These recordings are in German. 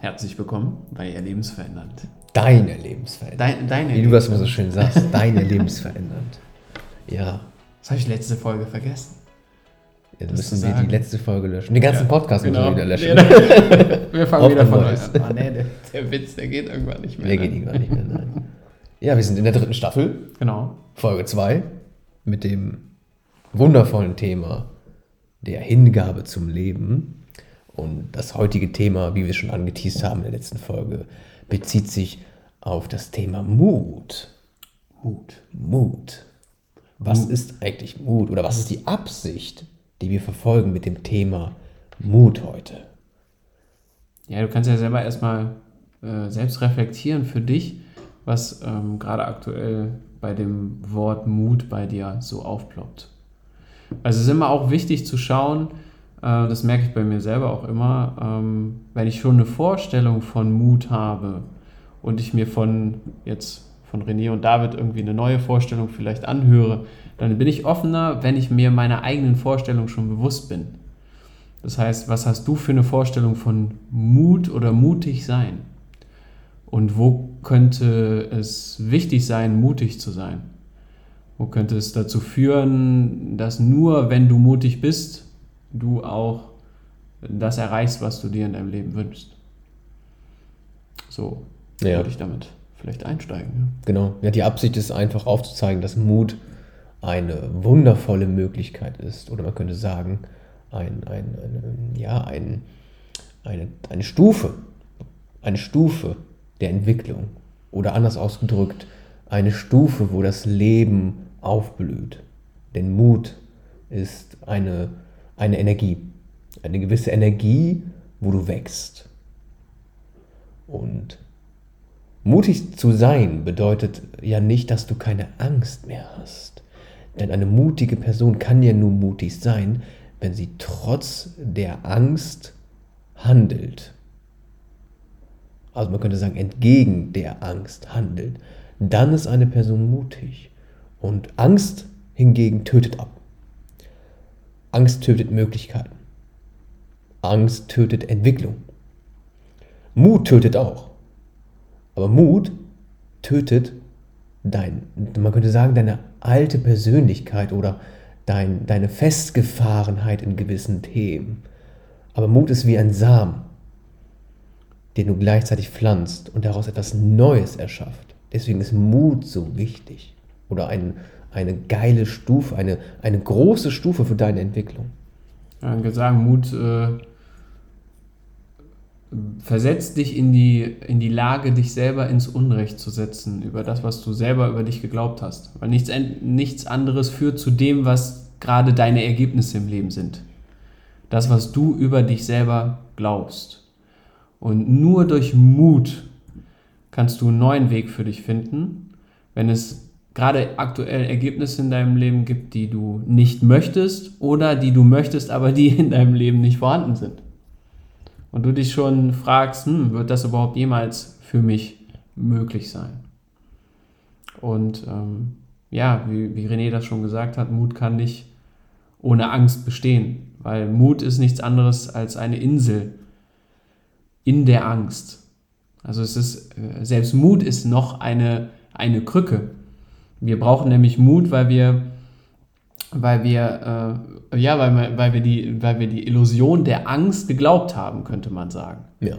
Herzlich willkommen bei Erlebensverändernd. Dein Erlebensverändernd. Deine Wie du das immer so schön sagst, dein Erlebensverändernd. Ja. Das habe ich letzte Folge vergessen. Jetzt müssen wir die letzte Folge löschen. Den ganzen Podcast müssen wir wieder löschen. Wir fangen wieder von neu an. Oh nee, der Witz, der geht irgendwann nicht mehr. Der geht irgendwann nicht mehr, nein. Ja, wir sind in der 3. Staffel. Genau. Folge 2 mit dem wundervollen Thema der Hingabe zum Leben. Und das heutige Thema, wie wir schon angeteast haben in der letzten Folge, bezieht sich auf das Thema Mut. Mut. Was ist eigentlich Mut? Oder was ist die Absicht, die wir verfolgen mit dem Thema Mut heute? Ja, du kannst ja selber erstmal selbst reflektieren für dich, was gerade aktuell bei dem Wort Mut bei dir so aufploppt. Also es ist immer auch wichtig zu schauen, das merke ich bei mir selber auch immer, wenn ich schon eine Vorstellung von Mut habe und ich mir von René und David irgendwie eine neue Vorstellung vielleicht anhöre, dann bin ich offener, wenn ich mir meiner eigenen Vorstellung schon bewusst bin. Das heißt, was hast du für eine Vorstellung von Mut oder mutig sein? Und wo könnte es wichtig sein, mutig zu sein? Wo könnte es dazu führen, dass nur wenn du mutig bist, du auch das erreichst, was du dir in deinem Leben wünschst? So würde ich damit vielleicht einsteigen. Ja. Genau. Ja, die Absicht ist einfach aufzuzeigen, dass Mut eine wundervolle Möglichkeit ist. Oder man könnte sagen, eine Stufe der Entwicklung. Oder anders ausgedrückt, eine Stufe, wo das Leben aufblüht. Denn Mut ist eine Energie. Eine gewisse Energie, wo du wächst. Und mutig zu sein bedeutet ja nicht, dass du keine Angst mehr hast. Denn eine mutige Person kann ja nur mutig sein, wenn sie trotz der Angst handelt. Also man könnte sagen, entgegen der Angst handelt. Dann ist eine Person mutig. Und Angst hingegen tötet ab. Angst tötet Möglichkeiten. Angst tötet Entwicklung. Mut tötet auch. Aber Mut tötet man könnte sagen, deine alte Persönlichkeit oder deine Festgefahrenheit in gewissen Themen. Aber Mut ist wie ein Samen, den du gleichzeitig pflanzt und daraus etwas Neues erschafft. Deswegen ist Mut so wichtig. Oder eine geile Stufe, eine große Stufe für deine Entwicklung. Ja, man kann sagen, Mut versetzt dich in die Lage, dich selber ins Unrecht zu setzen über das, was du selber über dich geglaubt hast. Weil nichts anderes führt zu dem, was gerade deine Ergebnisse im Leben sind. Das, was du über dich selber glaubst. Und nur durch Mut kannst du einen neuen Weg für dich finden, wenn es gerade aktuell Ergebnisse in deinem Leben gibt, die du nicht möchtest oder die du möchtest, aber die in deinem Leben nicht vorhanden sind. Und du dich schon fragst, wird das überhaupt jemals für mich möglich sein? Und wie René das schon gesagt hat, Mut kann nicht ohne Angst bestehen, weil Mut ist nichts anderes als eine Insel in der Angst. Also selbst Mut ist noch eine Krücke. Wir brauchen nämlich Mut, weil wir die Illusion der Angst geglaubt haben, könnte man sagen. Ja.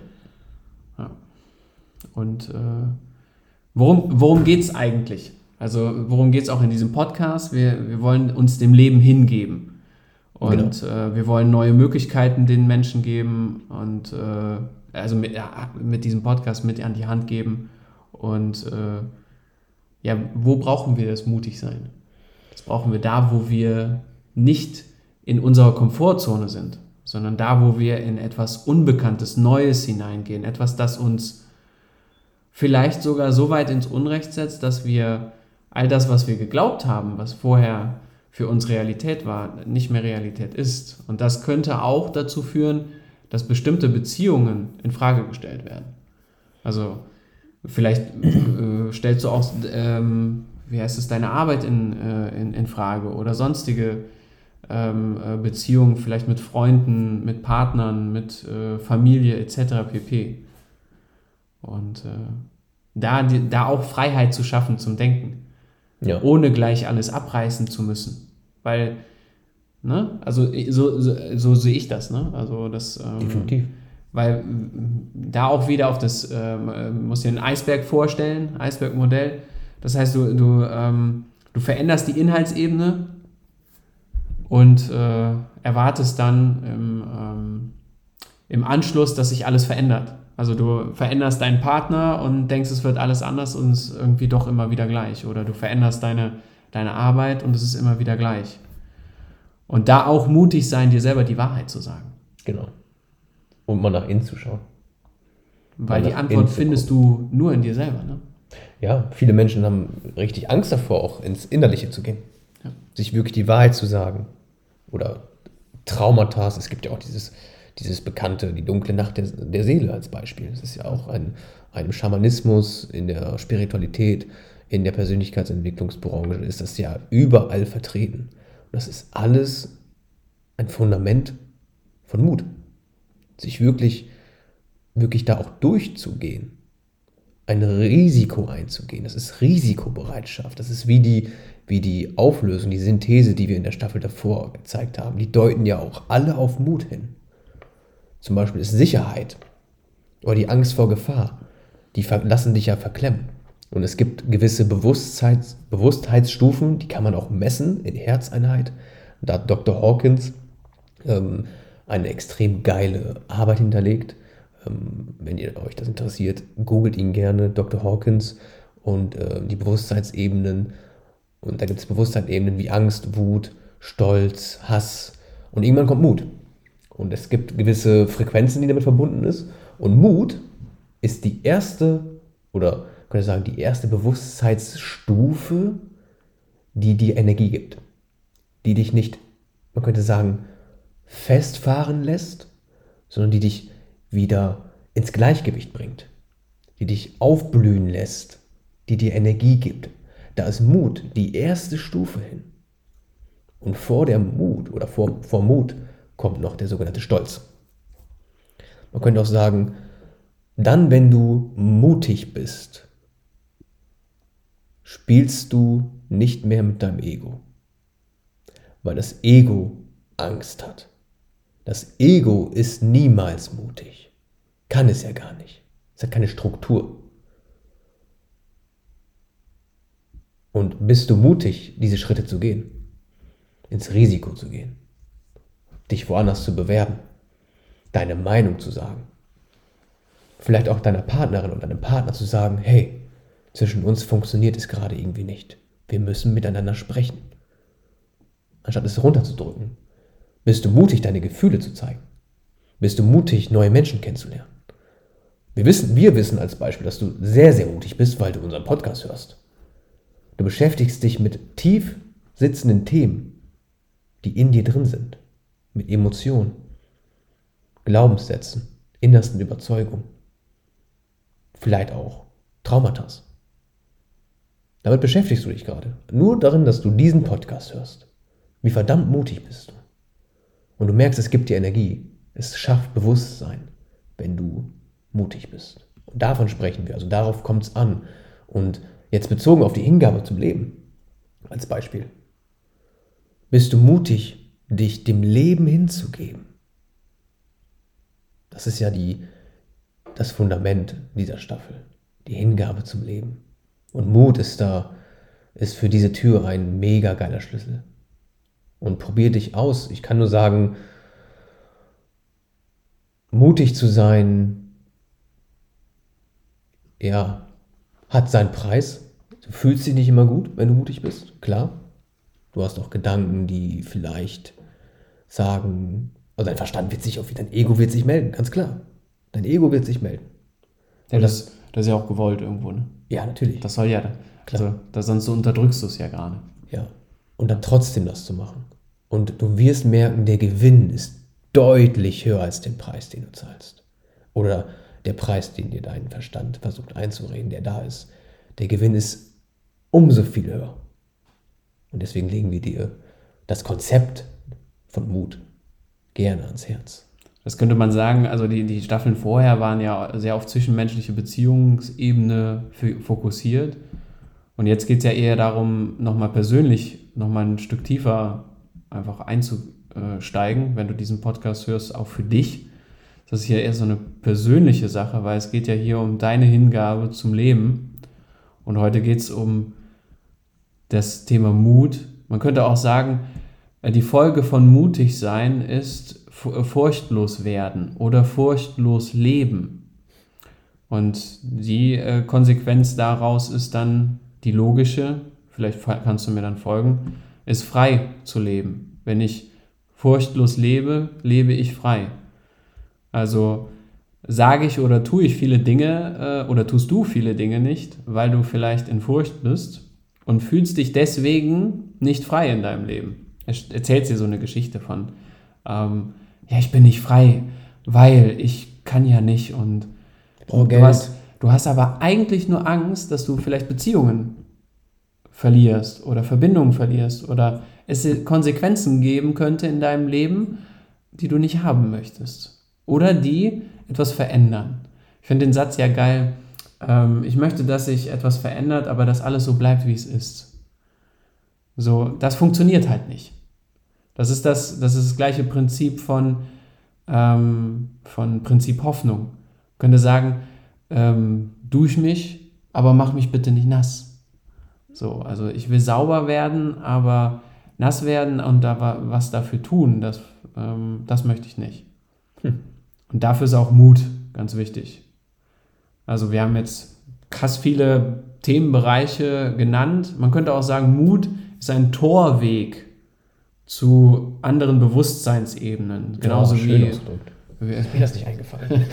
Und worum geht es eigentlich? Also worum geht es auch in diesem Podcast? Wir wollen uns dem Leben hingeben. Und wir wollen neue Möglichkeiten den Menschen geben und mit diesem Podcast mit an die Hand geben. Und wo brauchen wir das mutig sein? Das brauchen wir da, wo wir nicht in unserer Komfortzone sind, sondern da, wo wir in etwas Unbekanntes, Neues hineingehen. Etwas, das uns vielleicht sogar so weit ins Unrecht setzt, dass wir all das, was wir geglaubt haben, was vorher für uns Realität war, nicht mehr Realität ist. Und das könnte auch dazu führen, dass bestimmte Beziehungen in Frage gestellt werden. Also vielleicht stellst du auch deine Arbeit in Frage oder sonstige Beziehungen, vielleicht mit Freunden, mit Partnern, mit Familie etc. pp. Und da auch Freiheit zu schaffen zum Denken, Ja. ohne gleich alles abreißen zu müssen. Weil, ne, also so sehe ich das, ne? Also das, Definitiv. weil da auch wieder auf das, musst dir einen Eisberg vorstellen, Eisbergmodell. Das heißt, du veränderst die Inhaltsebene und erwartest dann im Anschluss, dass sich alles verändert. Also du veränderst deinen Partner und denkst, es wird alles anders und es ist irgendwie doch immer wieder gleich. Oder du veränderst deine Arbeit und es ist immer wieder gleich. Und da auch mutig sein, dir selber die Wahrheit zu sagen. Genau. Und mal nach innen zu schauen. Weil Mal die nach Antwort innen zu findest du nur in dir selber. Ne? Ja, viele Menschen haben richtig Angst davor, auch ins Innerliche zu gehen. Ja. Sich wirklich die Wahrheit zu sagen. Oder Traumata. Es gibt ja auch dieses bekannte, die dunkle Nacht der Seele als Beispiel. Das ist ja auch ein Schamanismus in der Spiritualität, in der Persönlichkeitsentwicklungsbranche ist das ja überall vertreten. Und das ist alles ein Fundament von Mut. Sich wirklich da auch durchzugehen. Ein Risiko einzugehen. Das ist Risikobereitschaft. Das ist wie die Auflösung, die Synthese, die wir in der Staffel davor gezeigt haben. Die deuten ja auch alle auf Mut hin. Zum Beispiel ist Sicherheit oder die Angst vor Gefahr. Die lassen dich ja verklemmen. Und es gibt gewisse Bewusstheitsstufen, die kann man auch messen in Herzeinheit. Da hat Dr. Hawkins eine extrem geile Arbeit hinterlegt. Wenn ihr euch das interessiert, googelt ihn gerne, Dr. Hawkins und die Bewusstseinsebenen. Und da gibt es Bewusstseinsebenen wie Angst, Wut, Stolz, Hass und irgendwann kommt Mut. Und es gibt gewisse Frequenzen, die damit verbunden ist. Und Mut ist die erste, oder könnte sagen, die erste Bewusstseinsstufe, die dir Energie gibt. Die dich nicht, man könnte sagen, festfahren lässt, sondern die dich wieder ins Gleichgewicht bringt. Die dich aufblühen lässt, die dir Energie gibt. Da ist Mut die erste Stufe hin. Und vor der Mut oder vor Mut kommt noch der sogenannte Stolz. Man könnte auch sagen, dann, wenn du mutig bist, spielst du nicht mehr mit deinem Ego, weil das Ego Angst hat. Das Ego ist niemals mutig. Kann es ja gar nicht. Es hat keine Struktur. Und bist du mutig, diese Schritte zu gehen, ins Risiko zu gehen, dich woanders zu bewerben, deine Meinung zu sagen, vielleicht auch deiner Partnerin oder deinem Partner zu sagen, hey, zwischen uns funktioniert es gerade irgendwie nicht. Wir müssen miteinander sprechen. Anstatt es runterzudrücken. Bist du mutig, deine Gefühle zu zeigen? Bist du mutig, neue Menschen kennenzulernen? Wir wissen als Beispiel, dass du sehr, sehr mutig bist, weil du unseren Podcast hörst. Du beschäftigst dich mit tief sitzenden Themen, die in dir drin sind. Mit Emotionen, Glaubenssätzen, innersten Überzeugungen. Vielleicht auch Traumata. Damit beschäftigst du dich gerade. Nur darin, dass du diesen Podcast hörst. Wie verdammt mutig bist du. Und du merkst, es gibt dir Energie. Es schafft Bewusstsein, wenn du mutig bist. Und davon sprechen wir. Also darauf kommt es an. Und jetzt bezogen auf die Hingabe zum Leben, als Beispiel. Bist du mutig, dich dem Leben hinzugeben? Das ist ja das Fundament dieser Staffel. Die Hingabe zum Leben. Und Mut ist für diese Tür ein mega geiler Schlüssel. Und probier dich aus. Ich kann nur sagen, mutig zu sein, ja, hat seinen Preis. Du fühlst dich nicht immer gut, wenn du mutig bist, klar. Du hast auch Gedanken, die vielleicht sagen, also dein Verstand wird sich dein Ego wird sich melden, ganz klar. Dein Ego wird sich melden. Ja, das ist ja auch gewollt irgendwo, ne? Ja, natürlich. Das soll ja, Klar. also sonst unterdrückst du es ja gerade. Ja, und dann trotzdem das zu machen. Und du wirst merken, der Gewinn ist deutlich höher als den Preis, den du zahlst. Oder der Preis, den dir dein Verstand versucht einzureden, der da ist. Der Gewinn ist umso viel höher. Und deswegen legen wir dir das Konzept von Mut gerne ans Herz. Das könnte man sagen, also die Staffeln vorher waren ja sehr auf zwischenmenschliche Beziehungsebene fokussiert. Und jetzt geht es ja eher darum, nochmal persönlich, nochmal ein Stück tiefer einfach einzusteigen, wenn du diesen Podcast hörst, auch für dich. Das ist ja eher so eine persönliche Sache, weil es geht ja hier um deine Hingabe zum Leben. Und heute geht es um das Thema Mut. Man könnte auch sagen, die Folge von mutig sein ist furchtlos werden oder furchtlos leben. Und die Konsequenz daraus ist dann die logische, vielleicht kannst du mir dann folgen, ist frei zu leben. Wenn ich furchtlos lebe, lebe ich frei. Also sage ich oder tue ich viele Dinge oder tust du viele Dinge nicht, weil du vielleicht in Furcht bist und fühlst dich deswegen nicht frei in deinem Leben. Erzählst dir so eine Geschichte von, ja, ich bin nicht frei, weil ich kann ja nicht und du hast aber eigentlich nur Angst, dass du vielleicht Beziehungen verlierst oder Verbindungen verlierst oder es Konsequenzen geben könnte in deinem Leben, die du nicht haben möchtest oder die etwas verändern. Ich finde den Satz ja geil, ich möchte, dass sich etwas verändert, aber dass alles so bleibt, wie es ist. So, das funktioniert halt nicht. Das ist das gleiche Prinzip von Prinzip Hoffnung. Ich könnte sagen, dusch mich, aber mach mich bitte nicht nass. So, also ich will sauber werden, aber nass werden und da was dafür tun, das möchte ich nicht. Und dafür ist auch Mut ganz wichtig. Also wir haben jetzt krass viele Themenbereiche genannt. Man könnte auch sagen, Mut ist ein Torweg zu anderen Bewusstseinsebenen. Genauso schön wie... ausgedrückt. Ist mir das nicht eingefallen.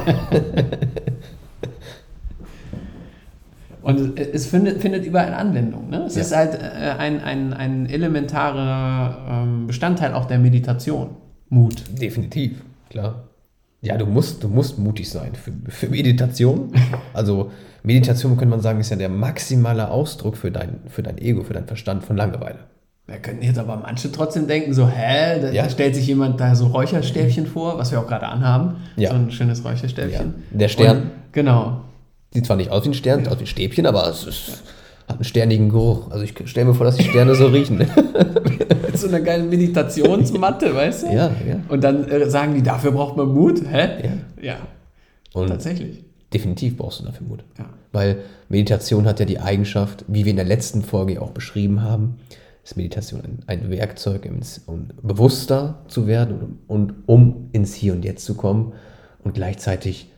Und es findet überall Anwendung. Ne? Es ist halt ein elementarer Bestandteil auch der Meditation. Mut. Definitiv, klar. Ja, du musst mutig sein für Meditation. Also Meditation, könnte man sagen, ist ja der maximale Ausdruck für dein Ego, für deinen Verstand von Langeweile. Da könnten jetzt aber manche trotzdem denken, so, da stellt sich jemand da so Räucherstäbchen vor, was wir auch gerade anhaben. Ja. So ein schönes Räucherstäbchen. Ja. Der Stern. Und, genau. Sieht zwar nicht aus wie ein Stern, sieht aus wie ein Stäbchen, aber hat einen sternigen Geruch. Also ich stelle mir vor, dass die Sterne so riechen. Mit so einer geilen Meditationsmatte, weißt du? Ja. Und dann sagen die, dafür braucht man Mut. Hä? Ja. Und tatsächlich. Definitiv brauchst du dafür Mut. Ja. Weil Meditation hat ja die Eigenschaft, wie wir in der letzten Folge auch beschrieben haben, ist Meditation ein Werkzeug, um bewusster zu werden und um ins Hier und Jetzt zu kommen und gleichzeitig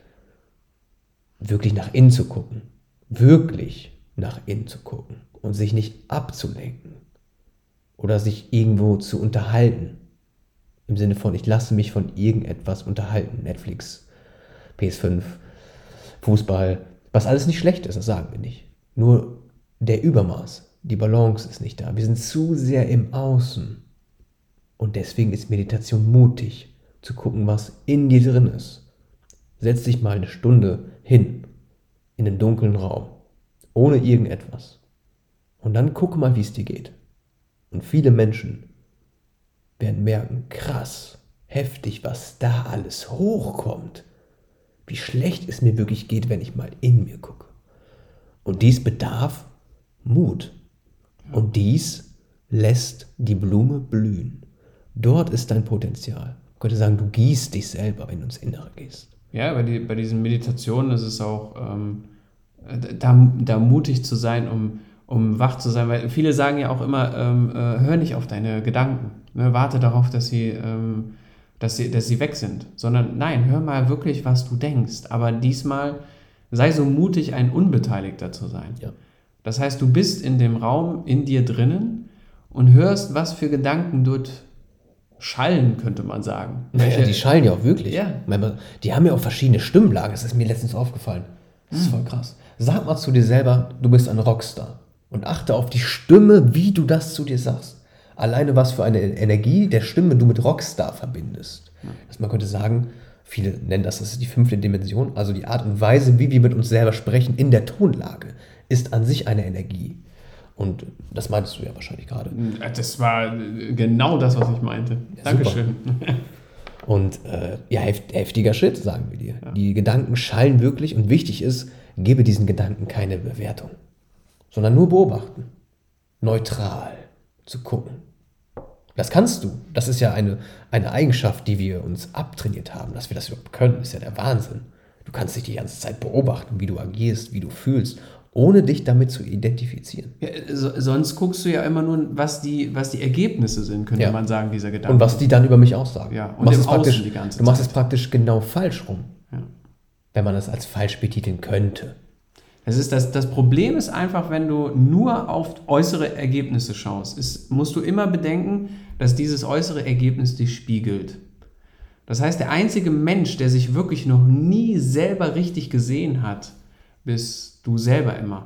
wirklich nach innen zu gucken. Wirklich nach innen zu gucken und sich nicht abzulenken oder sich irgendwo zu unterhalten. Im Sinne von, ich lasse mich von irgendetwas unterhalten. Netflix, PS5, Fußball, was alles nicht schlecht ist, das sagen wir nicht. Nur der Übermaß, die Balance ist nicht da. Wir sind zu sehr im Außen. Und deswegen ist Meditation mutig, zu gucken, was in dir drin ist. Setz dich mal eine Stunde hin, in einen dunklen Raum, ohne irgendetwas. Und dann guck mal, wie es dir geht. Und viele Menschen werden merken, krass, heftig, was da alles hochkommt. Wie schlecht es mir wirklich geht, wenn ich mal in mir gucke. Und dies bedarf Mut. Und dies lässt die Blume blühen. Dort ist dein Potenzial. Ich könnte sagen, du gießt dich selber, wenn du ins Innere gehst. Ja, bei diesen Meditationen ist es auch, da mutig zu sein, um wach zu sein, weil viele sagen ja auch immer, hör nicht auf deine Gedanken, ne? Warte darauf, dass sie weg sind, sondern nein, hör mal wirklich, was du denkst, aber diesmal sei so mutig, ein Unbeteiligter zu sein. Ja. Das heißt, du bist in dem Raum in dir drinnen und hörst, was für Gedanken dort schallen, könnte man sagen. Naja, die schallen ja auch wirklich. Ja. Die haben ja auch verschiedene Stimmlagen, das ist mir letztens aufgefallen. Das ist voll krass. Sag mal zu dir selber, du bist ein Rockstar und achte auf die Stimme, wie du das zu dir sagst. Alleine was für eine Energie der Stimme du mit Rockstar verbindest. Dass man könnte sagen, viele nennen das ist die 5. Dimension, also die Art und Weise, wie wir mit uns selber sprechen in der Tonlage, ist an sich eine Energie. Und das meintest du ja wahrscheinlich gerade. Das war genau das, was ich meinte. Ja, Dankeschön. Und heftiger Shit, sagen wir dir. Ja. Die Gedanken schallen wirklich und wichtig ist, gebe diesen Gedanken keine Bewertung, sondern nur beobachten. Neutral zu gucken. Das kannst du. Das ist ja eine Eigenschaft, die wir uns abtrainiert haben, dass wir das überhaupt können. Das ist ja der Wahnsinn. Du kannst dich die ganze Zeit beobachten, wie du agierst, wie du fühlst, ohne dich damit zu identifizieren. Ja, sonst guckst du ja immer nur, was die Ergebnisse sind, könnte man sagen, dieser Gedanke. Und was die dann über mich aussagen. Ja, und im Außen die ganze du machst Zeit. es praktisch genau falsch rum, Ja. wenn man es als falsch betiteln könnte. Das Problem ist einfach, wenn du nur auf äußere Ergebnisse schaust, musst du immer bedenken, dass dieses äußere Ergebnis dich spiegelt. Das heißt, der einzige Mensch, der sich wirklich noch nie selber richtig gesehen hat, bist du selber immer.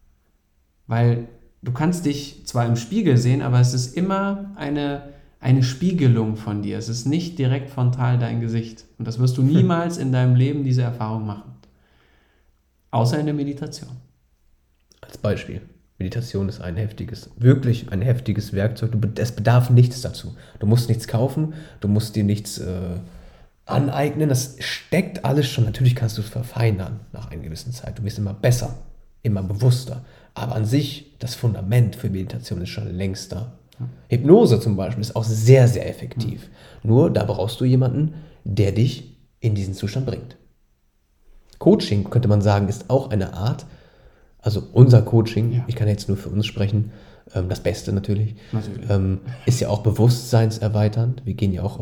Weil du kannst dich zwar im Spiegel sehen, aber es ist immer eine Spiegelung von dir. Es ist nicht direkt frontal dein Gesicht. Und das wirst du niemals in deinem Leben diese Erfahrung machen. Außer in der Meditation. Als Beispiel. Meditation ist wirklich ein heftiges Werkzeug. Es bedarf nichts dazu. Du musst nichts kaufen, du musst dir nichts aneignen. Das steckt alles schon. Natürlich kannst du es verfeinern nach einer gewissen Zeit. Du wirst immer besser, immer bewusster. Aber an sich, das Fundament für Meditation ist schon längst da. Hypnose zum Beispiel ist auch sehr, sehr effektiv. Nur da brauchst du jemanden, der dich in diesen Zustand bringt. Coaching, könnte man sagen, ist auch eine Art, also unser Coaching, ich kann jetzt nur für uns sprechen, das Beste natürlich. Ist ja auch bewusstseinserweiternd. Wir gehen ja auch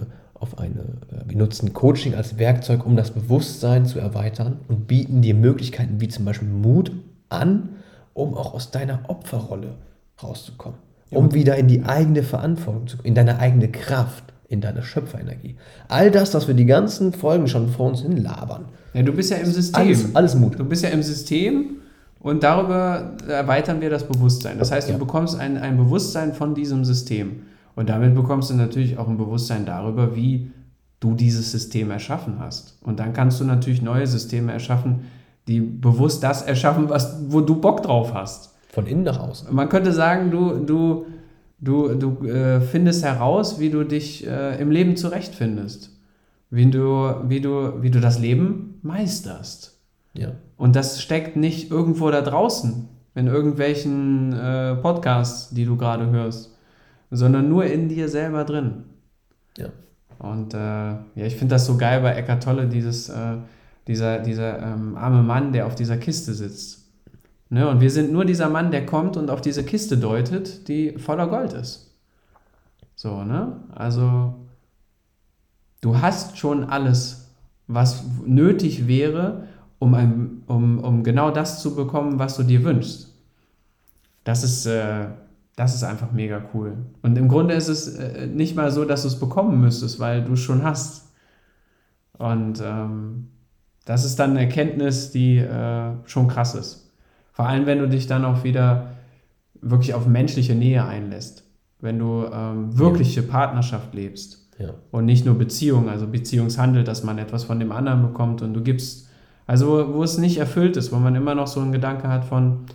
wir nutzen Coaching als Werkzeug, um das Bewusstsein zu erweitern und bieten dir Möglichkeiten wie zum Beispiel Mut an, um auch aus deiner Opferrolle rauszukommen. Um wieder in die eigene Verantwortung zu kommen, in deine eigene Kraft, in deine Schöpferenergie. All das, was wir die ganzen Folgen schon vor uns hin labern. Ja, du bist ja im System. Alles Mut. Du bist ja im System und darüber erweitern wir das Bewusstsein. Das heißt, du bekommst ein Bewusstsein von diesem System. Und damit bekommst du natürlich auch ein Bewusstsein darüber, wie du dieses System erschaffen hast. Und dann kannst du natürlich neue Systeme erschaffen, die bewusst das erschaffen, wo du Bock drauf hast. Von innen nach außen. Man könnte sagen, du findest heraus, wie du dich im Leben zurechtfindest. Wie du das Leben meisterst. Ja. Und das steckt nicht irgendwo da draußen, in irgendwelchen Podcasts, die du gerade hörst, sondern nur in dir selber drin. Ja. Und ich finde das so geil bei Eckhart Tolle, dieser arme Mann, der auf dieser Kiste sitzt. Ne? Und wir sind nur dieser Mann, der kommt und auf diese Kiste deutet, die voller Gold ist. So, ne? Also du hast schon alles, was nötig wäre, um genau das zu bekommen, was du dir wünschst. Das ist einfach mega cool. Und im Grunde ist es nicht mal so, dass du es bekommen müsstest, weil du es schon hast. Und das ist dann eine Erkenntnis, die schon krass ist. Vor allem, wenn du dich dann auch wieder wirklich auf menschliche Nähe einlässt. Wenn du wirkliche Partnerschaft lebst. Ja. Und nicht nur Beziehung, also Beziehungshandel, dass man etwas von dem anderen bekommt und du gibst, also wo es nicht erfüllt ist, wo man immer noch so einen Gedanke hat von,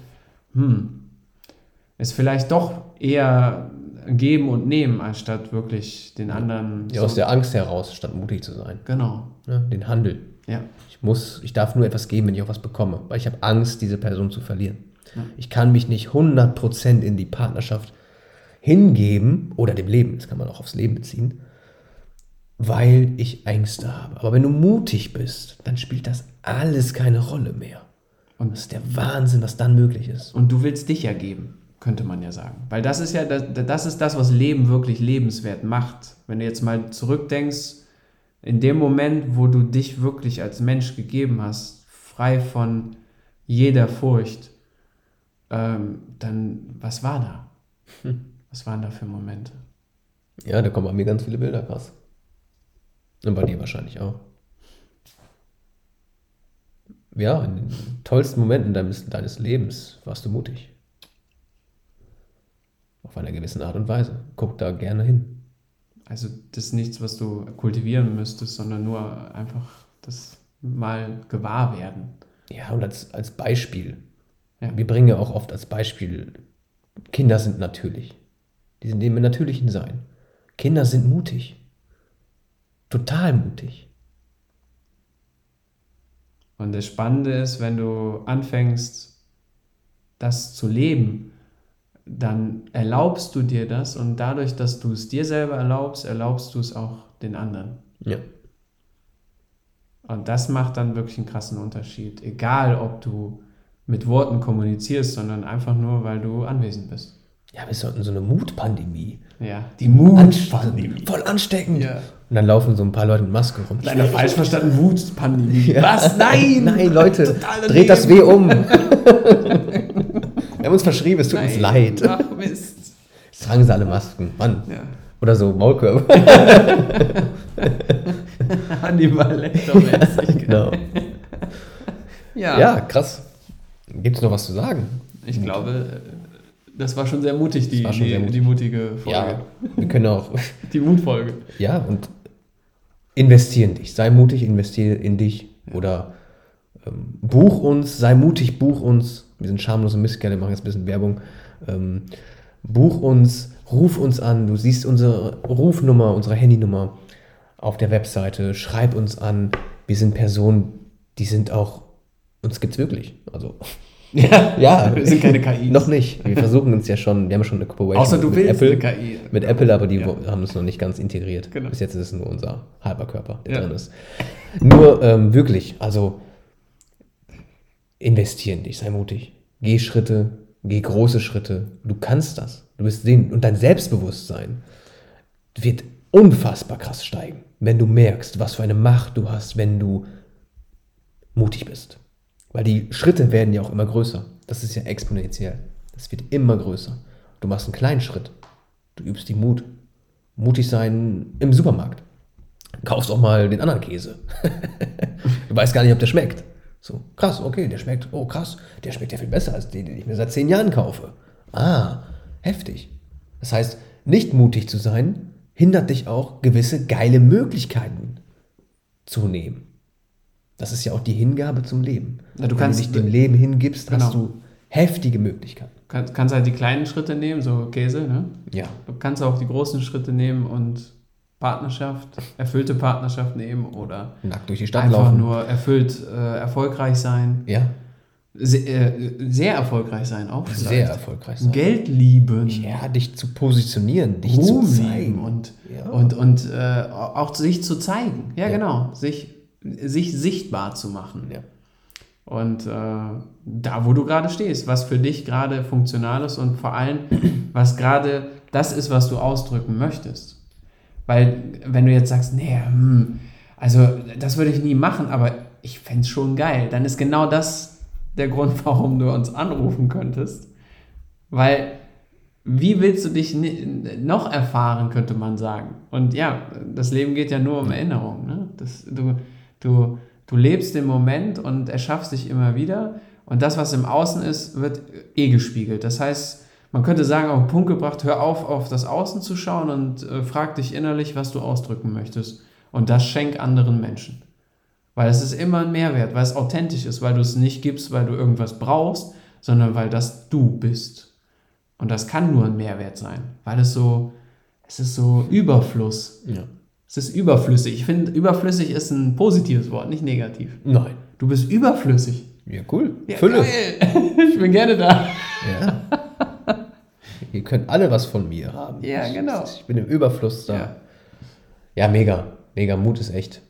ist vielleicht doch eher geben und nehmen, anstatt wirklich den anderen... Ja, aus der Angst heraus, statt mutig zu sein. Genau. Ja, den Handel. Ja. Ich darf nur etwas geben, wenn ich auch was bekomme, weil ich habe Angst, diese Person zu verlieren. Ja. Ich kann mich nicht 100% in die Partnerschaft hingeben, oder dem Leben, das kann man auch aufs Leben beziehen, weil ich Ängste habe. Aber wenn du mutig bist, dann spielt das alles keine Rolle mehr. Und das ist der Wahnsinn, was dann möglich ist. Und du willst dich ja geben, könnte man ja sagen. Weil das ist ja das, was Leben wirklich lebenswert macht. Wenn du jetzt mal zurückdenkst, in dem Moment, wo du dich wirklich als Mensch gegeben hast, frei von jeder Furcht, dann, was war da? Was waren da für Momente? Ja, da kommen bei mir ganz viele Bilder, krass. Und bei dir wahrscheinlich auch. Ja, in den tollsten Momenten deines Lebens warst du mutig. Auf einer gewissen Art und Weise. Guck da gerne hin. Also das ist nichts, was du kultivieren müsstest, sondern nur einfach das mal gewahr werden. Ja, und als Beispiel. Ja. Wir bringen ja auch oft als Beispiel, Kinder sind natürlich. Die sind im natürlichen Sein. Kinder sind mutig. Total mutig. Und das Spannende ist, wenn du anfängst, das zu leben, dann erlaubst du dir das und dadurch, dass du es dir selber erlaubst, erlaubst du es auch den anderen. Ja. Und das macht dann wirklich einen krassen Unterschied. Egal, ob du mit Worten kommunizierst, sondern einfach nur, weil du anwesend bist. Ja, wir sollten so eine Mutpandemie. Ja, die Mutpandemie. Voll ansteckend. Ja. Und dann laufen so ein paar Leute mit Maske rum. Leider falsch verstanden, Wutpandemie. Ja. Was? Nein! Nein, Leute, Total dreht das daneben. Weh um. Wir haben uns verschrieben, es tut uns leid. Ach, Mist. Jetzt tragen sie alle Masken. Mann. Ja. Oder so Maulkörper. Hannibal Lecter-mäßig. Genau. Ja. Ja, krass. Gibt es noch was zu sagen? Ich glaube, das war schon sehr mutig, war schon sehr mutig. die mutige Folge. Ja, wir können auch. Die Mutfolge. Ja, und investier in dich. Sei mutig, investiere in dich. Oder buch uns, sei mutig, buch uns. Wir sind schamlose Mistkerle, machen jetzt ein bisschen Werbung. Buch uns, ruf uns an. Du siehst unsere Rufnummer, unsere Handynummer auf der Webseite. Schreib uns an. Wir sind Personen, die sind auch, uns gibt's wirklich. Also, ja, wir sind keine KI. Noch nicht. Wir versuchen uns ja schon, wir haben schon eine Cooperation Außer du mit willst Apple. eine KI. Mit Apple, aber die haben es noch nicht ganz integriert. Genau. Bis jetzt ist es nur unser halber Körper, der drin ist. Nur wirklich, also investier in dich, sei mutig. Geh Schritte, geh große Schritte. Du kannst das. Du wirst sehen. Und dein Selbstbewusstsein wird unfassbar krass steigen, wenn du merkst, was für eine Macht du hast, wenn du mutig bist. Weil die Schritte werden ja auch immer größer. Das ist ja exponentiell. Das wird immer größer. Du machst einen kleinen Schritt. Du übst die Mut. Mutig sein im Supermarkt. Kaufst auch mal den anderen Käse. Du weißt gar nicht, ob der schmeckt. So, krass, okay, der schmeckt, oh krass, der schmeckt ja viel besser als den ich mir seit 10 Jahren kaufe. Ah, heftig. Das heißt, nicht mutig zu sein, hindert dich auch, gewisse geile Möglichkeiten zu nehmen. Das ist ja auch die Hingabe zum Leben. Ja, du Wenn kannst du dich dem Leben hingibst, hast genau. du heftige Möglichkeiten. Kannst halt die kleinen Schritte nehmen, so Käse, ne? Ja. Du kannst auch die großen Schritte nehmen und Partnerschaft, erfüllte Partnerschaft nehmen oder Nackt durch die Stadt einfach laufen. nur erfüllt erfolgreich sein. Ja, Sehr erfolgreich sein auch. sehr vielleicht. erfolgreich sein. Geld lieben. Ja, dich zu positionieren, dich Ruhm zu lieben zeigen. und auch sich zu zeigen. Ja, Ja. genau. Sich sichtbar zu machen. Ja. Und da, wo du gerade stehst, was für dich gerade funktional ist und vor allem, was gerade das ist, was du ausdrücken möchtest. Weil, wenn du jetzt sagst, nee, also das würde ich nie machen, aber ich fände es schon geil, dann ist genau das der Grund, warum du uns anrufen könntest. Weil, wie willst du dich noch erfahren, könnte man sagen. Und ja, das Leben geht ja nur um Erinnerung. Ne? Du lebst den Moment und erschaffst dich immer wieder. Und das, was im Außen ist, wird gespiegelt. Das heißt, man könnte sagen, auf den Punkt gebracht, hör auf das Außen zu schauen und frag dich innerlich, was du ausdrücken möchtest. Und das schenk anderen Menschen. Weil es ist immer ein Mehrwert, weil es authentisch ist, weil du es nicht gibst, weil du irgendwas brauchst, sondern weil das du bist. Und das kann nur ein Mehrwert sein, weil es ist so Überfluss. Ja. Es ist überflüssig. Ich finde, überflüssig ist ein positives Wort, nicht negativ. Nein. Du bist überflüssig. Ja, cool. Ja, Fülle. geil. Ich bin gerne da. Ja. Ihr könnt alle was von mir haben. Ja, genau. Ich bin im Überfluss da. Ja. Ja, mega. Mega. Mut ist echt.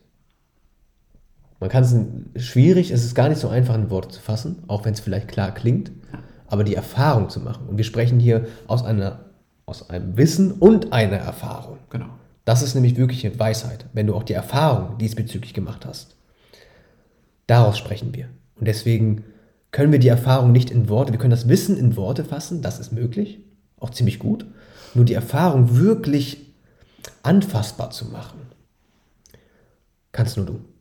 Man kann es schwierig, es ist gar nicht so einfach in Worte zu fassen, auch wenn es vielleicht klar klingt, aber die Erfahrung zu machen. Und wir sprechen hier aus einem Wissen und einer Erfahrung. Genau. Das ist nämlich wirkliche Weisheit, wenn du auch die Erfahrung diesbezüglich gemacht hast. Daraus sprechen wir. Und deswegen können wir die Erfahrung nicht in Worte, wir können das Wissen in Worte fassen, das ist möglich, auch ziemlich gut. Nur die Erfahrung wirklich anfassbar zu machen, kannst nur du.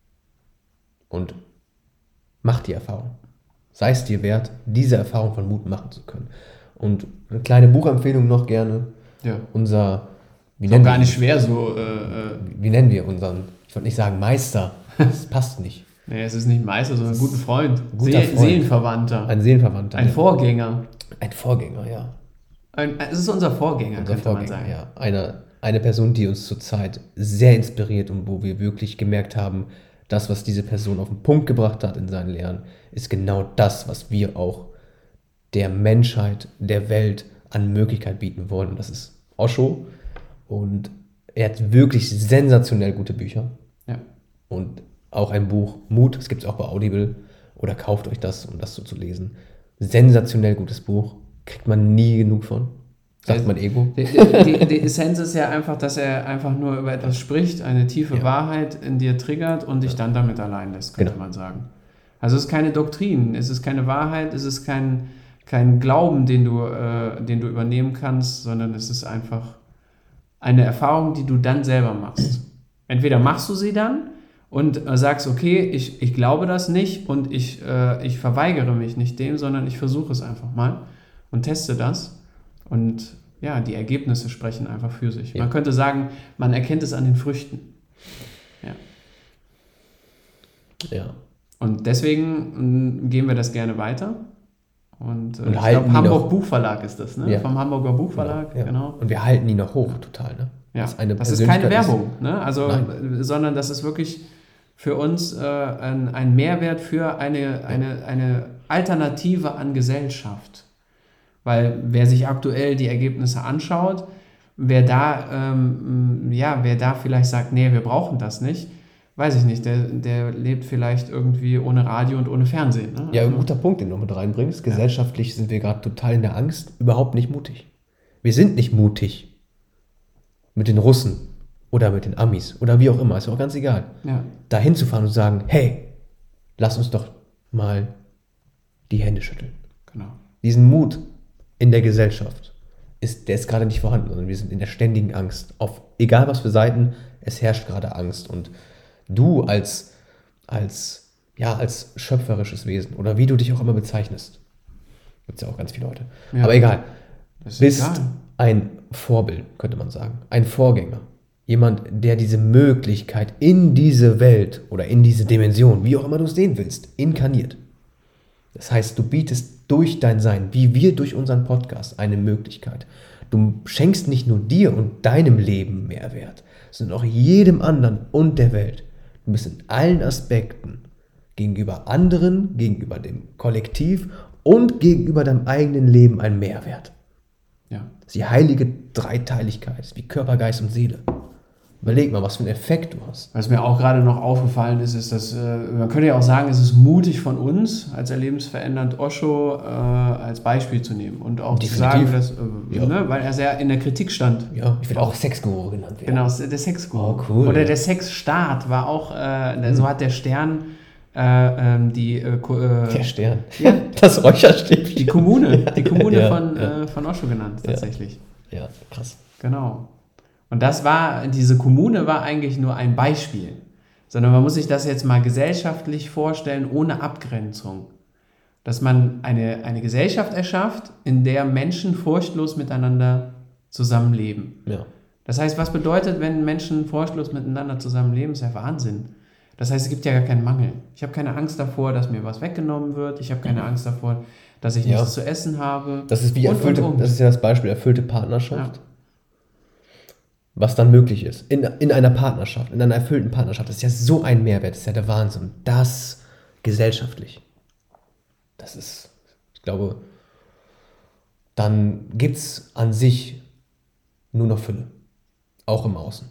Und mach die Erfahrung. Sei es dir wert, diese Erfahrung von Mut machen zu können. Und eine kleine Buchempfehlung noch gerne. Ja. Wie Ist auch gar nicht schwer, so. Wie nennen wir unseren, ich wollte nicht sagen Meister, das passt nicht. Nee, es ist nicht Meister, sondern ein guter Freund. Guter Freund. Seelenverwandter. Ein Seelenverwandter. Ein Vorgänger. Ein Vorgänger, ja. Es ist unser Vorgänger, Unser könnte man Vorgänger, sagen. ja. Einer, eine Person, die uns zurzeit sehr inspiriert und wo wir wirklich gemerkt haben, das, was diese Person auf den Punkt gebracht hat in seinen Lehren, ist genau das, was wir auch der Menschheit, der Welt an Möglichkeit bieten wollen. Und das ist Osho. Und er hat wirklich sensationell gute Bücher. Ja. Und auch ein Buch, Mut, das gibt es auch bei Audible. Oder kauft euch das, um das so zu lesen. Sensationell gutes Buch. Kriegt man nie genug von. Sagt mein Ego. Die Essenz ist ja einfach, dass er einfach nur über etwas spricht, eine tiefe Wahrheit in dir triggert und dich dann damit allein lässt, könnte man sagen. Also es ist keine Doktrin, es ist keine Wahrheit, es ist kein Glauben, den du übernehmen kannst, sondern es ist einfach eine Erfahrung, die du dann selber machst. Entweder machst du sie dann und sagst, okay, ich glaube das nicht und ich verweigere mich nicht dem, sondern ich versuche es einfach mal und teste das. Und ja, die Ergebnisse sprechen einfach für sich. Ja. Man könnte sagen, man erkennt es an den Früchten. Ja. Und deswegen gehen wir das gerne weiter. Und ich glaube, Hamburg Buchverlag ist das, ne? Ja. Vom Hamburger Buchverlag, genau. Und wir halten ihn noch hoch, total, ne? Ja, das ist keine Werbung, ne? Also, sondern das ist wirklich für uns ein Mehrwert für eine Alternative an Gesellschaft. Weil wer sich aktuell die Ergebnisse anschaut, wer da vielleicht sagt, nee, wir brauchen das nicht, weiß ich nicht, der lebt vielleicht irgendwie ohne Radio und ohne Fernsehen. Ne? Ja, ein guter Punkt, den du mit reinbringst. Gesellschaftlich sind wir gerade total in der Angst, überhaupt nicht mutig. Wir sind nicht mutig mit den Russen oder mit den Amis oder wie auch immer, ist auch ganz egal. Ja. Da hinzufahren und zu sagen, hey, lass uns doch mal die Hände schütteln. Genau. Diesen Mut in der Gesellschaft, der ist gerade nicht vorhanden, sondern wir sind in der ständigen Angst. Auf egal was für Seiten, es herrscht gerade Angst. Und du als schöpferisches Wesen oder wie du dich auch immer bezeichnest, gibt es ja auch ganz viele Leute, aber egal, bist ein Vorbild, könnte man sagen, ein Vorgänger. Jemand, der diese Möglichkeit in diese Welt oder in diese Dimension, wie auch immer du es sehen willst, inkarniert. Das heißt, du bietest durch dein Sein, wie wir durch unseren Podcast, eine Möglichkeit. Du schenkst nicht nur dir und deinem Leben Mehrwert, sondern auch jedem anderen und der Welt. Du bist in allen Aspekten gegenüber anderen, gegenüber dem Kollektiv und gegenüber deinem eigenen Leben ein Mehrwert. Ja. Das ist die heilige Dreiteiligkeit, das ist wie Körper, Geist und Seele. Überleg mal, was für einen Effekt du hast. Was mir auch gerade noch aufgefallen ist, dass man könnte ja auch sagen, es ist mutig von uns, als erlebensverändernd Osho als Beispiel zu nehmen und auch zu sagen, dass, weil er sehr in der Kritik stand. Ja, ich will auch Sexguru genannt werden. Genau, der Sexguru. Oh, cool. Oder der Sexstaat war auch, so hat der Stern der Stern. Ja, das Räucherstäbchen. Die Kommune von Osho genannt, tatsächlich. Ja, krass. Genau. Und diese Kommune war eigentlich nur ein Beispiel, sondern man muss sich das jetzt mal gesellschaftlich vorstellen, ohne Abgrenzung. Dass man eine Gesellschaft erschafft, in der Menschen furchtlos miteinander zusammenleben. Ja. Das heißt, was bedeutet, wenn Menschen furchtlos miteinander zusammenleben? Das ist ja Wahnsinn. Das heißt, es gibt ja gar keinen Mangel. Ich habe keine Angst davor, dass mir was weggenommen wird. Ich habe keine Angst davor, dass ich nichts zu essen habe. Das ist das ist ja das Beispiel erfüllte Partnerschaft. Ja. Was dann möglich ist. In einer Partnerschaft, in einer erfüllten Partnerschaft. Das ist ja so ein Mehrwert, das ist ja der Wahnsinn. Das gesellschaftlich. Das ist, ich glaube, dann gibt es an sich nur noch Fülle. Auch im Außen.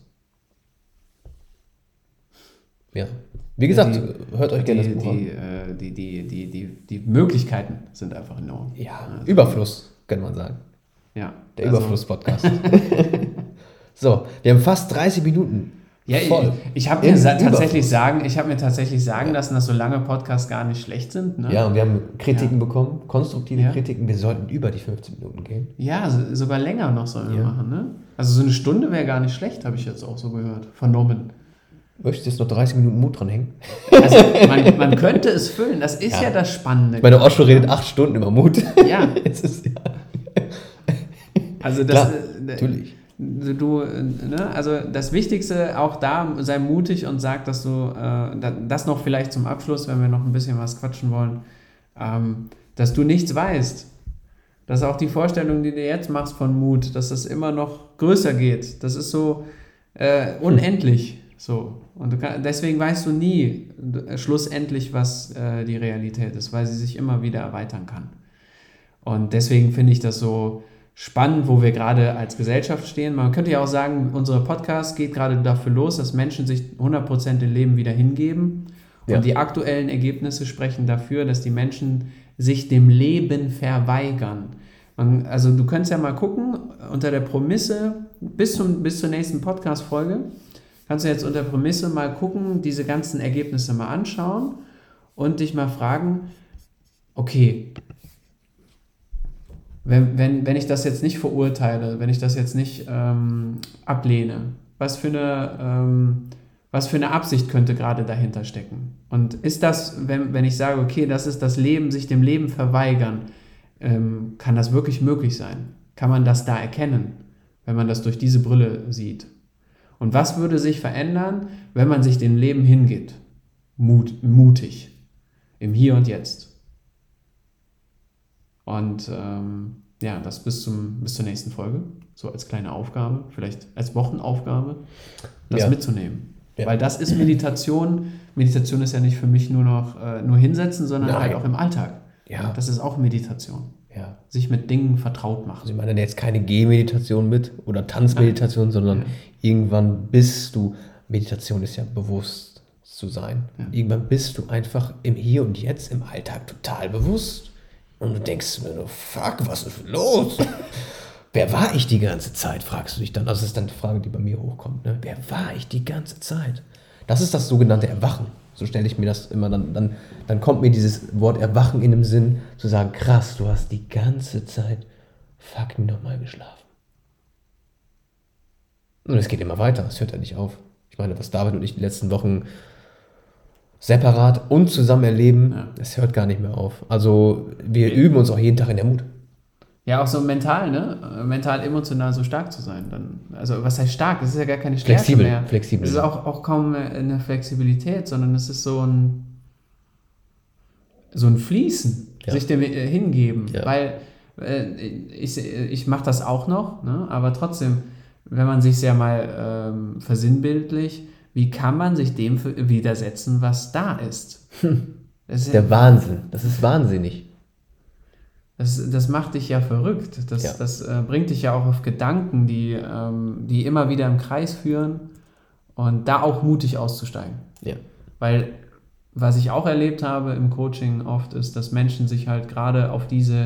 Ja. Wie gesagt, hört euch gerne das Buch an. Die Möglichkeiten sind einfach enorm. Ja, also Überfluss, könnte man sagen. Ja. Der Überfluss-Podcast. So, wir haben fast 30 Minuten. Ja, voll. Ich habe mir tatsächlich sagen lassen, dass so lange Podcasts gar nicht schlecht sind. Ne? Ja, und wir haben Kritiken bekommen, konstruktive Kritiken. Wir sollten über die 15 Minuten gehen. Ja, sogar länger noch sollen wir machen. Ne? Also so eine Stunde wäre gar nicht schlecht, habe ich jetzt auch so gehört, vernommen. Möchtest du jetzt noch 30 Minuten Mut dran hängen? Also man könnte es füllen, das ist ja das Spannende. Meine Osho redet 8 Stunden über Mut. Ja. Also das... Klar, natürlich. Also das Wichtigste, auch da, sei mutig und sag, dass du, das noch vielleicht zum Abschluss, wenn wir noch ein bisschen was quatschen wollen, dass du nichts weißt. dass auch die Vorstellung, die du jetzt machst von Mut, dass das immer noch größer geht. Das ist so unendlich. So. Und deswegen weißt du nie schlussendlich, was die Realität ist, weil sie sich immer wieder erweitern kann. Und deswegen finde ich das so spannend, wo wir gerade als Gesellschaft stehen. Man könnte ja auch sagen, unser Podcast geht gerade dafür los, dass Menschen sich 100% im Leben wieder hingeben. Und die aktuellen Ergebnisse sprechen dafür, dass die Menschen sich dem Leben verweigern. Also du könntest ja mal gucken, unter der Prämisse, bis zur nächsten Podcast-Folge, kannst du jetzt unter der Prämisse mal gucken, diese ganzen Ergebnisse mal anschauen und dich mal fragen, okay, wenn ich das jetzt nicht verurteile, wenn ich das jetzt nicht ablehne, was für eine Absicht könnte gerade dahinter stecken? Und ist das, wenn ich sage, okay, das ist das Leben, sich dem Leben verweigern, kann das wirklich möglich sein? Kann man das da erkennen, wenn man das durch diese Brille sieht? Und was würde sich verändern, wenn man sich dem Leben hingibt? Mutig. Im Hier und Jetzt. Und das bis zur nächsten Folge, so als kleine Aufgabe, vielleicht als Wochenaufgabe, das mitzunehmen. Ja. Weil das ist Meditation. Meditation ist ja nicht für mich nur hinsetzen, sondern halt auch im Alltag. Ja. Das ist auch Meditation. Ja. Sich mit Dingen vertraut machen. Also ich meine jetzt keine Gehmeditation mit oder Tanzmeditation, sondern irgendwann bist du, Meditation ist ja bewusst zu sein. Ja. Irgendwann bist du einfach im Hier und Jetzt, im Alltag total bewusst. Und du denkst mir, fuck, was ist los? Wer war ich die ganze Zeit, fragst du dich dann. Das ist dann die Frage, die bei mir hochkommt. Ne? Wer war ich die ganze Zeit? Das ist das sogenannte Erwachen. So stelle ich mir das immer, dann kommt mir dieses Wort Erwachen in dem Sinn, zu sagen, krass, du hast die ganze Zeit fucking nochmal geschlafen. Und es geht immer weiter, es hört ja nicht auf. Ich meine, was David und ich die letzten Wochen separat und zusammen erleben, es hört gar nicht mehr auf. Also wir üben uns auch jeden Tag in der Mut. Ja, auch so mental, ne? Mental, emotional so stark zu sein. Also was heißt stark? Das ist ja gar keine Stärke mehr. Flexibel. Es ist auch kaum eine Flexibilität, sondern es ist so ein Fließen, sich dem hingeben. Ja. Weil ich mache das auch noch, ne? Aber trotzdem, wenn man sich ja mal versinnbildlich, wie kann man sich dem widersetzen, was da ist? Das ist der Wahnsinn. Das ist wahnsinnig. Das macht dich ja verrückt. Das bringt dich ja auch auf Gedanken, die immer wieder im Kreis führen und da auch mutig auszusteigen. Ja. Weil was ich auch erlebt habe im Coaching oft ist, dass Menschen sich halt gerade auf diese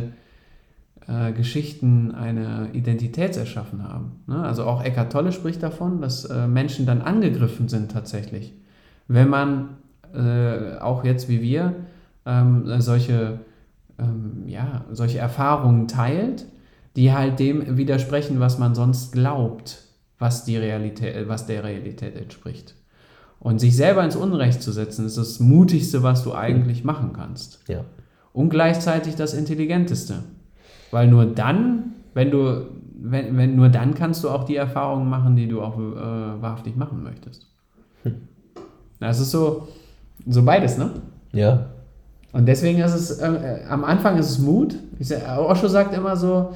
Geschichten eine Identität erschaffen haben. Ne? Also auch Eckhart Tolle spricht davon, dass Menschen dann angegriffen sind tatsächlich. Wenn man auch jetzt wie wir solche Erfahrungen teilt, die halt dem widersprechen, was man sonst glaubt, was der Realität entspricht. Und sich selber ins Unrecht zu setzen, ist das Mutigste, was du eigentlich machen kannst. Ja. Und gleichzeitig das Intelligenteste. Weil nur dann, nur dann kannst du auch die Erfahrungen machen, die du auch wahrhaftig machen möchtest. Das ist so beides, ne? Ja. Und deswegen ist es, am Anfang ist es Mut. Osho sagt immer so,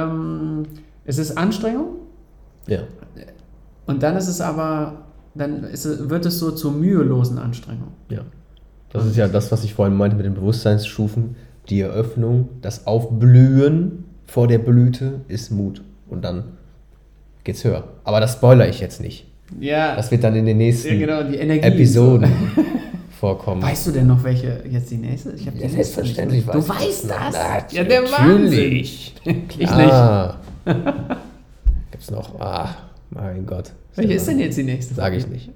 es ist Anstrengung. Ja. Und dann ist es aber, wird es so zur mühelosen Anstrengung. Ja. Das ist ja das, was ich vorhin meinte mit den Bewusstseinsstufen. Die Eröffnung, das Aufblühen vor der Blüte ist Mut. Und dann geht's höher. Aber das spoilere ich jetzt nicht. Ja. Das wird dann in den nächsten Episoden vorkommen. Weißt du denn noch, welche jetzt die nächste? Ich habe die selbstverständlich weiß. Du weißt das? Ja, der natürlich. Ich nicht. Gibt's noch? Mein Gott. Welche ist denn jetzt die nächste? Sage ich nicht.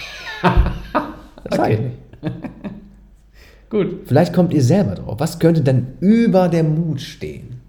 Sage ich nicht. Gut. Vielleicht kommt ihr selber drauf. Was könnte denn über der Mut stehen?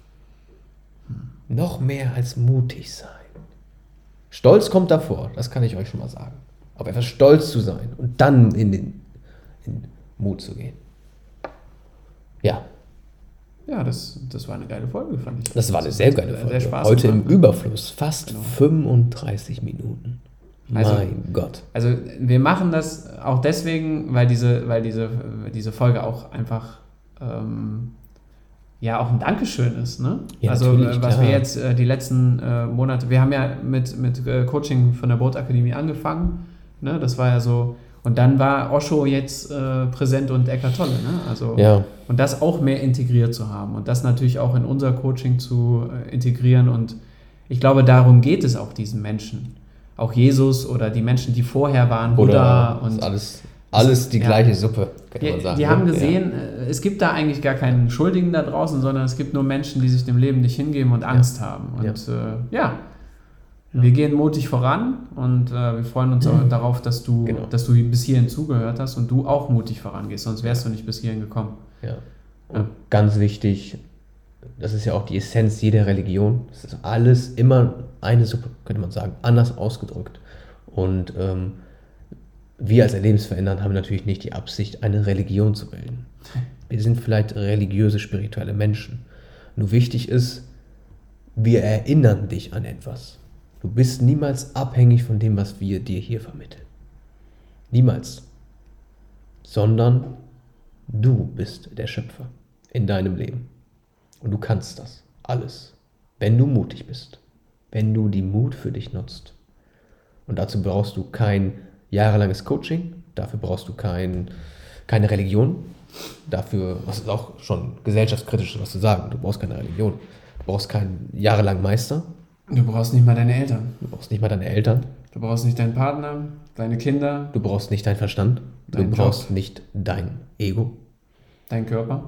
Noch mehr als mutig sein. Stolz kommt davor, das kann ich euch schon mal sagen. Auf etwas stolz zu sein und dann in Mut zu gehen. Ja. Ja, das war eine geile Folge, fand ich. Das war eine sehr geile Folge. Sehr Spaß heute gemacht, im Überfluss, fast 35 Minuten. Mein Gott. Also wir machen das auch deswegen, weil diese Folge auch einfach ja auch ein Dankeschön ist. Ne? Ja, also natürlich, was klar. wir jetzt die letzten Monate, wir haben ja mit Coaching von der Bootakademie angefangen. Ne? Das war ja so, und dann war Osho jetzt präsent und Eckhart Tolle. Ne? Also, Ja. und das auch mehr integriert zu haben und das natürlich auch in unser Coaching zu integrieren. Und ich glaube, darum geht es auch diesen Menschen. Auch Jesus oder die Menschen, die vorher waren, Buddha. Oder Und alles die ja. gleiche Suppe, kann man sagen. Die ne? haben gesehen, es gibt da eigentlich gar keinen Schuldigen da draußen, sondern es gibt nur Menschen, die sich dem Leben nicht hingeben und Angst haben. Und wir gehen mutig voran und wir freuen uns auch darauf, dass du bis hierhin zugehört hast und du auch mutig vorangehst, sonst wärst du nicht bis hierhin gekommen. Ja. Und ganz wichtig, das ist ja auch die Essenz jeder Religion, es ist alles immer eine Suppe, könnte man sagen, anders ausgedrückt. Und wir als Erlebensveränderer haben natürlich nicht die Absicht, eine Religion zu bilden. Wir sind vielleicht religiöse, spirituelle Menschen. Nur wichtig ist, wir erinnern dich an etwas. Du bist niemals abhängig von dem, was wir dir hier vermitteln. Niemals. Sondern du bist der Schöpfer in deinem Leben. Und du kannst das. Alles. Wenn du mutig bist. Wenn du die Mut für dich nutzt. Und dazu brauchst du kein jahrelanges Coaching. Dafür brauchst du keine Religion. Dafür, was ist auch schon gesellschaftskritisch, was zu sagen. Du brauchst keine Religion. Du brauchst keinen jahrelangen Meister. Du brauchst nicht mal deine Eltern. Du brauchst nicht mal deine Eltern. Du brauchst nicht deinen Partner, deine Kinder. Du brauchst nicht deinen Verstand. Du brauchst nicht dein Ego. Dein Körper.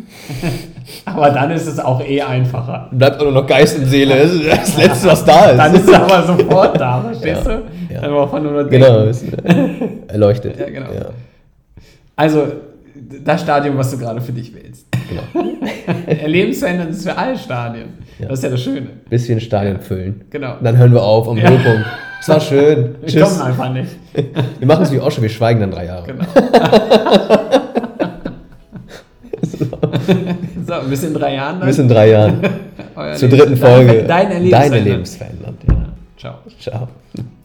Aber dann ist es auch einfacher. Bleibt auch nur noch Geist und Seele. Das ist das Letzte, was da ist. Dann ist es aber sofort da, verstehst du? Ja. Dann braucht man nur noch Genau, denken. ist erleuchtet. Ja, genau. Ja. Also, das Stadium, was du gerade für dich wählst. Genau. Erlebensverändern ist für alle Stadien. Ja. Das ist ja das Schöne. Bisschen Stadien füllen. Genau. Dann hören wir auf am Höhepunkt. Es war schön. Wir Tschüss. kommen einfach nicht. Wir machen es wie Osho, wir schweigen dann 3 Jahre. Genau. So, bis in 3 Jahren dann. Bis in 3 Jahren. Euer Zur 3. Folge. Dein Deine Lebensverändern. Ja. Ciao. Ciao.